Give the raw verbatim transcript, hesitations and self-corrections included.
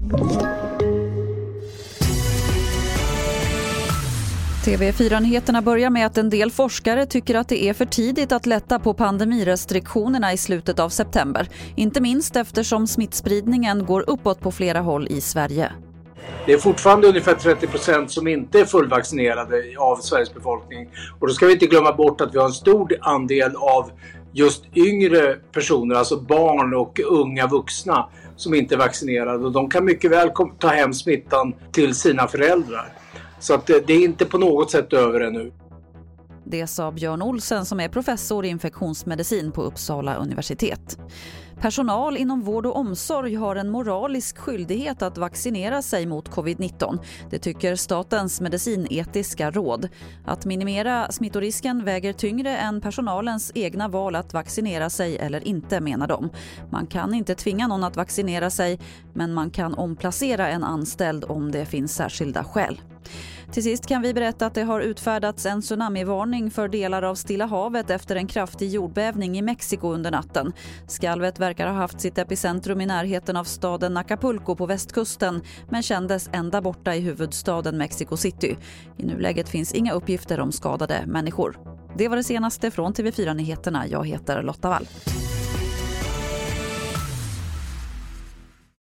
T V fyra-nyheterna börjar med att en del forskare tycker att det är för tidigt att lätta på pandemirestriktionerna i slutet av september. Inte minst eftersom smittspridningen går uppåt på flera håll i Sverige. Det är fortfarande ungefär trettio procent som inte är fullvaccinerade av Sveriges befolkning. Och då ska vi inte glömma bort att vi har en stor andel av just yngre personer, alltså barn och unga vuxna som inte är vaccinerade. Och de kan mycket väl ta hem smittan till sina föräldrar. Så att det är inte på något sätt över ännu. Det sa Björn Olsen som är professor i infektionsmedicin på Uppsala universitet. Personal inom vård och omsorg har en moralisk skyldighet att vaccinera sig mot covid nitton. Det tycker Statens medicinetiska råd. Att minimera smittorisken väger tyngre än personalens egna val att vaccinera sig eller inte, menar de. Man kan inte tvinga någon att vaccinera sig, men man kan omplacera en anställd om det finns särskilda skäl. Till sist kan vi berätta att det har utfärdats en tsunamivarning för delar av Stilla havet efter en kraftig jordbävning i Mexiko under natten. Skalvet verkar ha haft sitt epicentrum i närheten av staden Acapulco på västkusten, men kändes ända borta i huvudstaden Mexico City. I nuläget finns inga uppgifter om skadade människor. Det var det senaste från T V fyra-nyheterna. Jag heter Lotta Wall.